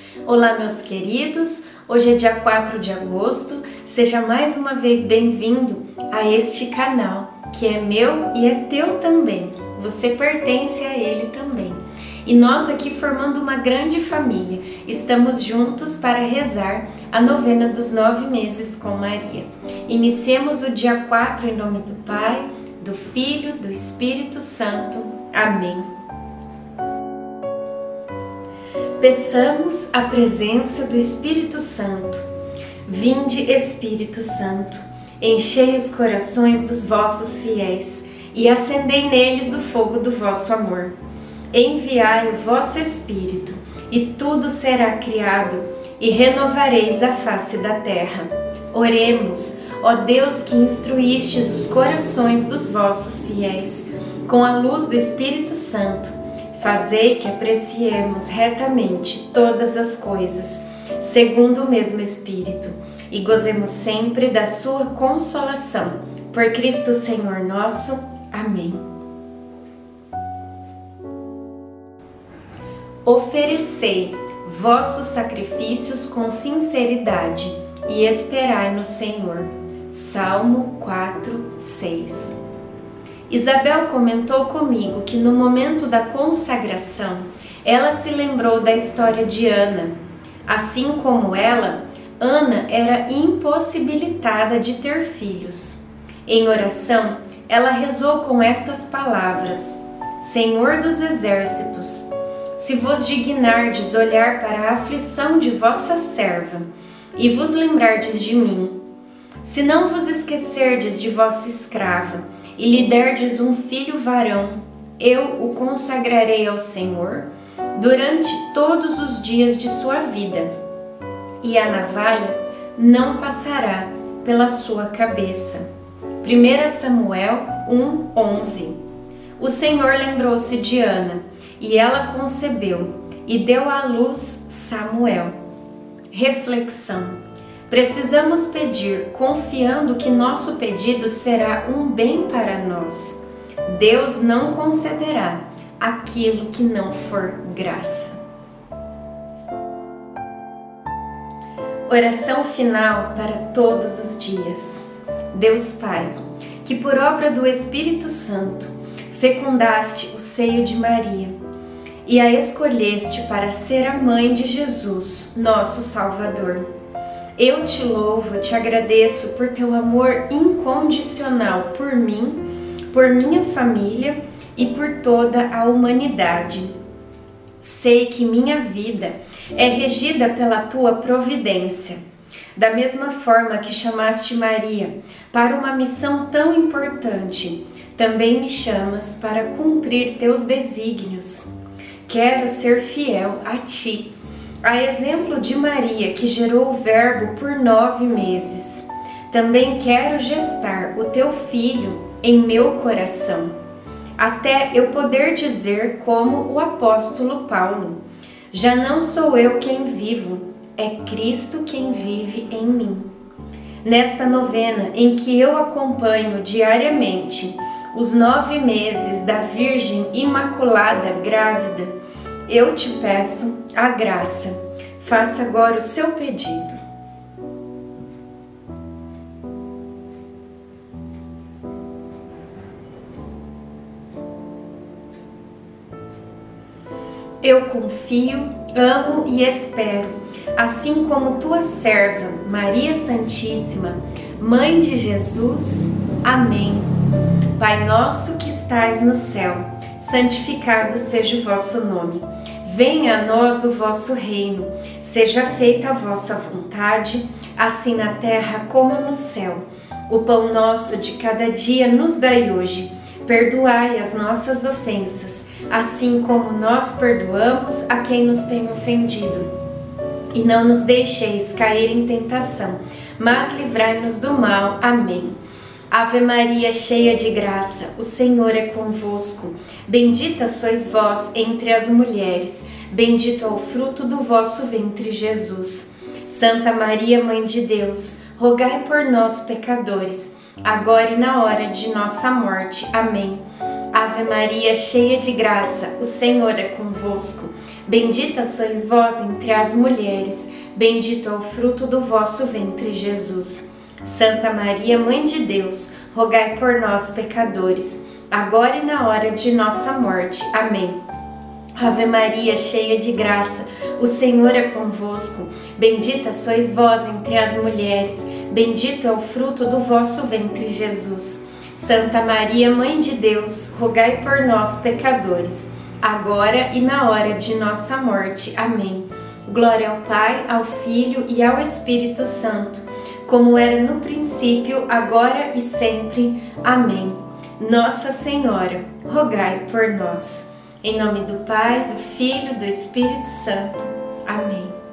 Olá, meus queridos! Hoje é dia 4 de agosto. Seja mais uma vez bem-vindo a este canal, que é meu e é teu também. Você pertence a ele também. E nós aqui formando uma grande família, estamos juntos para rezar a novena dos 9 meses com Maria. Iniciemos o dia 4 em nome do Pai, do Filho, do Espírito Santo. Amém. Peçamos a presença do Espírito Santo. Vinde, Espírito Santo, enchei os corações dos vossos fiéis e acendei neles o fogo do vosso amor. Enviai o vosso Espírito, e tudo será criado, e renovareis a face da terra. Oremos, ó Deus que instruístes os corações dos vossos fiéis, com a luz do Espírito Santo, fazei que apreciemos retamente todas as coisas, segundo o mesmo Espírito, e gozemos sempre da sua consolação. Por Cristo Senhor nosso. Amém. Oferecei vossos sacrifícios com sinceridade e esperai no Senhor. Salmo 4:6. Isabel comentou comigo que no momento da consagração, ela se lembrou da história de Ana. Assim como ela, Ana era impossibilitada de ter filhos. Em oração, ela rezou com estas palavras: Senhor dos exércitos, se vos dignardes olhar para a aflição de vossa serva e vos lembrardes de mim, se não vos esquecerdes de vossa escrava e lhe derdes um filho varão, eu o consagrarei ao Senhor durante todos os dias de sua vida, e a navalha não passará pela sua cabeça. 1 Samuel 1:11. O Senhor lembrou-se de Ana, e ela concebeu e deu à luz Samuel. Reflexão. Precisamos pedir confiando que nosso pedido será um bem para nós. Deus não concederá aquilo que não for graça. Oração final para todos os dias. Deus Pai, que por obra do Espírito Santo fecundaste o seio de Maria e a escolheste para ser a mãe de Jesus, nosso Salvador. Eu te louvo e te agradeço por teu amor incondicional por mim, por minha família e por toda a humanidade. Sei que minha vida é regida pela tua providência. Da mesma forma que chamaste Maria para uma missão tão importante, também me chamas para cumprir teus desígnios. Quero ser fiel a ti, a exemplo de Maria, que gerou o Verbo por 9 meses. Também quero gestar o teu Filho em meu coração, até eu poder dizer como o apóstolo Paulo: já não sou eu quem vivo, é Cristo quem vive em mim. Nesta novena em que eu acompanho diariamente os 9 meses da Virgem Imaculada grávida, eu te peço a graça. Faça agora o seu pedido. Eu confio, amo e espero, assim como tua serva, Maria Santíssima, Mãe de Jesus. Amém. Pai nosso que estais no céu, santificado seja o vosso nome. Venha a nós o vosso reino. Seja feita a vossa vontade, assim na terra como no céu. O pão nosso de cada dia nos dai hoje. Perdoai as nossas ofensas, assim como nós perdoamos a quem nos tem ofendido. E não nos deixeis cair em tentação, mas livrai-nos do mal. Amém. Ave Maria, cheia de graça, o Senhor é convosco. Bendita sois vós entre as mulheres, bendito é o fruto do vosso ventre, Jesus. Santa Maria, Mãe de Deus, rogai por nós, pecadores, agora e na hora de nossa morte. Amém. Ave Maria, cheia de graça, o Senhor é convosco. Bendita sois vós entre as mulheres, bendito é o fruto do vosso ventre, Jesus. Santa Maria, Mãe de Deus, rogai por nós, pecadores, agora e na hora de nossa morte. Amém. Ave Maria, cheia de graça, o Senhor é convosco. Bendita sois vós entre as mulheres, bendito é o fruto do vosso ventre, Jesus. Santa Maria, Mãe de Deus, rogai por nós, pecadores, agora e na hora de nossa morte. Amém. Glória ao Pai, ao Filho e ao Espírito Santo, como era no princípio, agora e sempre. Amém. Nossa Senhora, rogai por nós. Em nome do Pai, do Filho e do Espírito Santo. Amém.